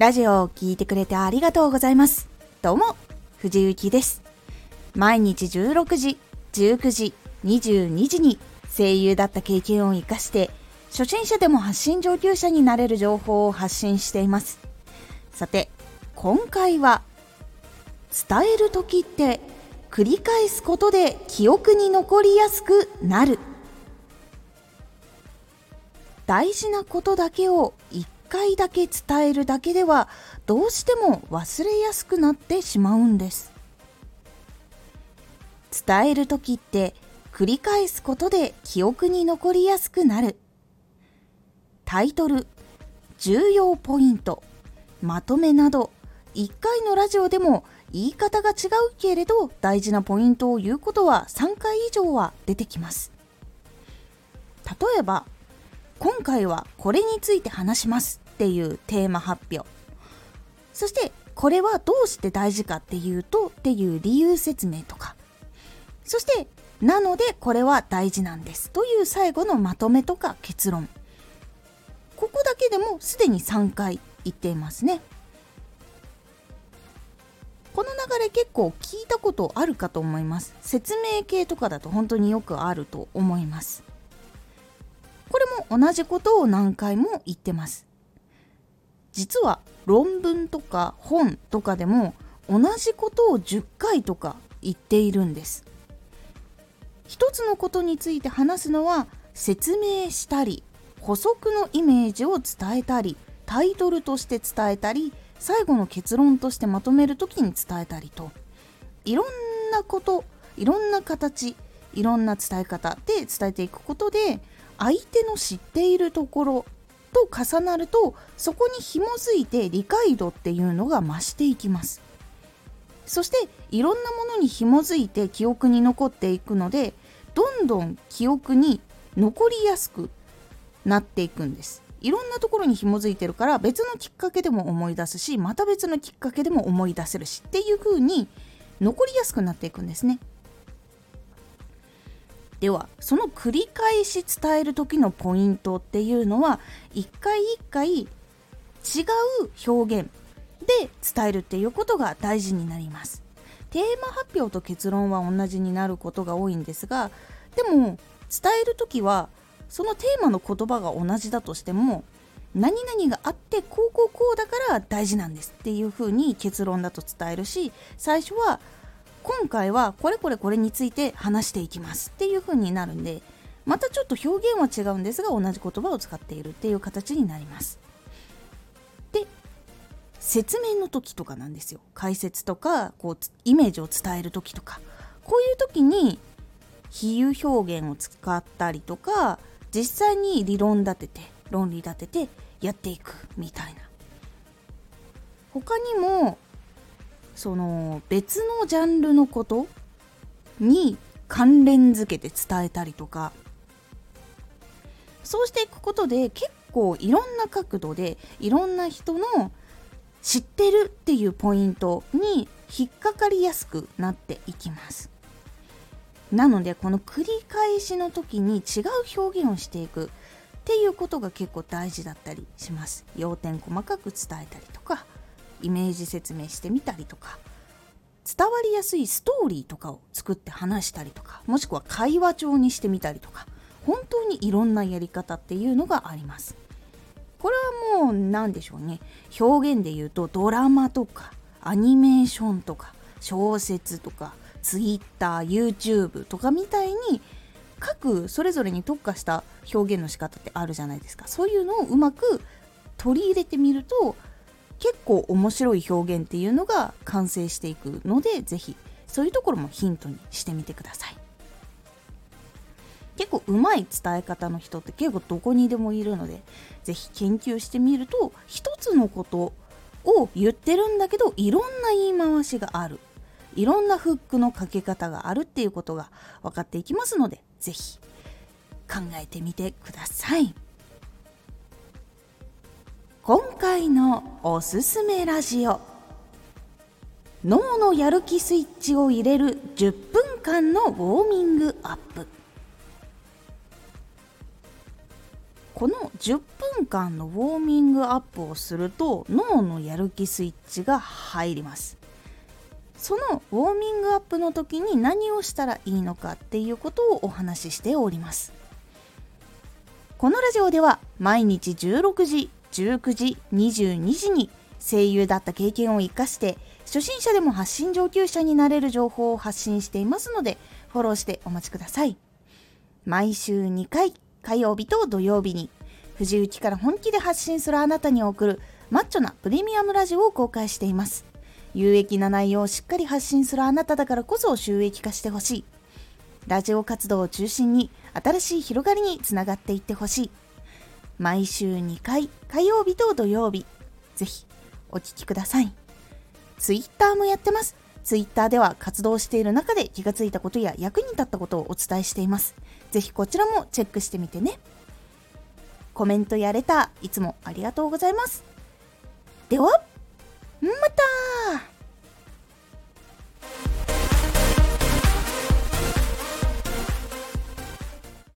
ラジオを聞いてくれてありがとうございます。どうも、藤幸です。毎日16時、19時、22時に声優だった経験を生かして初心者でも発信上級者になれる情報を発信しています。さて、今回は伝える時って繰り返すことで記憶に残りやすくなる。大事なことだけを1回だけ伝えるだけではどうしても忘れやすくなってしまうんです。伝える時って繰り返すことで記憶に残りやすくなる。タイトル、重要ポイント、まとめなど1回のラジオでも言い方が違うけれど大事なポイントを言うことは3回以上は出てきます。例えば、今回はこれについて話しますっていうテーマ発表、そしてこれはどうして大事かっていうとっていう理由説明とか、そしてなのでこれは大事なんですという最後のまとめとか結論、ここだけでもすでに3回言っていますね。この流れ結構聞いたことあるかと思います。説明系とかだと本当によくあると思います。これも同じことを何回も言ってます。実は論文とか本とかでも同じことを10回とか言っているんです。一つのことについて話すのは説明したり、補足のイメージを伝えたり、タイトルとして伝えたり、最後の結論としてまとめるときに伝えたりと、いろんなこと、いろんな形、いろんな伝え方で伝えていくことで、相手の知っているところと重なると、そこに紐づいて理解度っていうのが増していきます。そしていろんなものに紐づいて記憶に残っていくので、どんどん記憶に残りやすくなっていくんです。いろんなところに紐づいてるから別のきっかけでも思い出すし、また別のきっかけでも思い出せるしっていう風に残りやすくなっていくんですね。では、その繰り返し伝える時のポイントっていうのは、一回一回違う表現で伝えるっていうことが大事になります。テーマ発表と結論は同じになることが多いんですが、でも伝える時はそのテーマの言葉が同じだとしても、何々があってこうだから大事なんですっていう風に結論だと伝えるし、最初は今回はこれについて話していきますっていう風になるんで、またちょっと表現は違うんですが同じ言葉を使っているっていう形になります。で、説明の時とかなんですよ。解説とかイメージを伝える時とか、こういう時に比喩表現を使ったりとか、実際に論理立ててやっていくみたいな。他にもその別のジャンルのことに関連づけて伝えたりとか、そうしていくことで結構いろんな角度でいろんな人の知ってるっていうポイントに引っかかりやすくなっていきます。なのでこの繰り返しの時に違う表現をしていくっていうことが結構大事だったりします。要点細かく伝えたりとか、イメージ説明してみたりとか、伝わりやすいストーリーとかを作って話したりとか、もしくは会話帳にしてみたりとか、本当にいろんなやり方っていうのがあります。これはもう何でしょうね、表現で言うとドラマとかアニメーションとか小説とかツイッター、YouTube とかみたいに各それぞれに特化した表現の仕方ってあるじゃないですか。そういうのをうまく取り入れてみると結構面白い表現っていうのが完成していくので、ぜひそういうところもヒントにしてみてください。結構うまい伝え方の人って結構どこにでもいるので、ぜひ研究してみると一つのことを言ってるんだけどいろんな言い回しがある、いろんなフックのかけ方があるっていうことが分かっていきますので、ぜひ考えてみてください。今回のおすすめラジオ、脳のやる気スイッチを入れる10分間のウォーミングアップ。 この10分間のウォーミングアップをすると脳のやる気スイッチが入ります。そのウォーミングアップの時に何をしたらいいのかっていうことをお話ししております。このラジオでは毎日16時、19時、22時に声優だった経験を生かして初心者でも発信上級者になれる情報を発信していますので、フォローしてお待ちください。毎週2回、火曜日と土曜日に藤雪から本気で発信するあなたに送るマッチョなプレミアムラジオを公開しています。有益な内容をしっかり発信するあなただからこそ収益化してほしい。ラジオ活動を中心に新しい広がりにつながっていってほしい。毎週2回、火曜日と土曜日、ぜひお聞きください。ツイッターもやってます。ツイッターでは活動している中で気がついたことや役に立ったことをお伝えしています。ぜひこちらもチェックしてみてね。コメントやレターいつもありがとうございます。では、また